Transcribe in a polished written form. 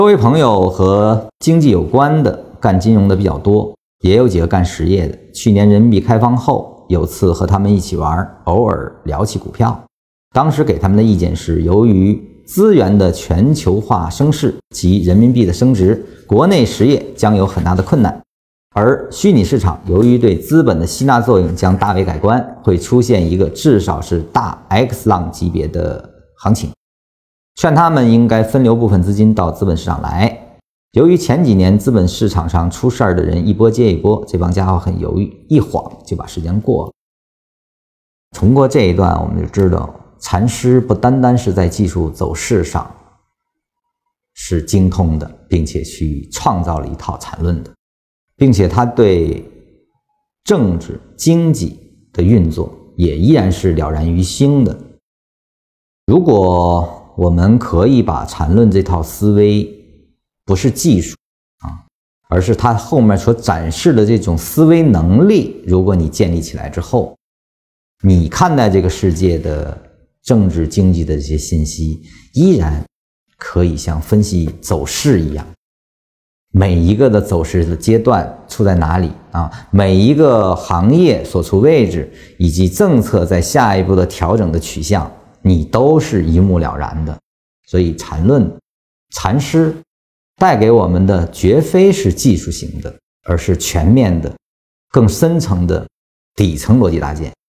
周围朋友和经济有关的，干金融的比较多，也有几个干实业的。去年人民币开放后，有次和他们一起玩，偶尔聊起股票。当时给他们的意见是，由于资源的全球化升势及人民币的升值，国内实业将有很大的困难。而虚拟市场由于对资本的吸纳作用将大为改观，会出现一个至少是大 X 浪级别的行情。劝他们应该分流部分资金到资本市场来。由于前几年资本市场上出事儿的人一波接一波，这帮家伙很犹豫，一晃就把时间过了。通过这一段我们就知道，禅师不单单是在技术走势上是精通的，并且去创造了一套禅论的，并且他对政治经济的运作也依然是了然于心的。如果我们可以把禅论这套思维，不是技术而是它后面所展示的这种思维能力，如果你建立起来之后，你看待这个世界的政治经济的这些信息，依然可以像分析走势一样，每一个的走势的阶段处在哪里每一个行业所处位置，以及政策在下一步的调整的取向，你都是一目了然的。所以禅论、禅师带给我们的绝非是技术型的，而是全面的、更深层的底层逻辑搭建。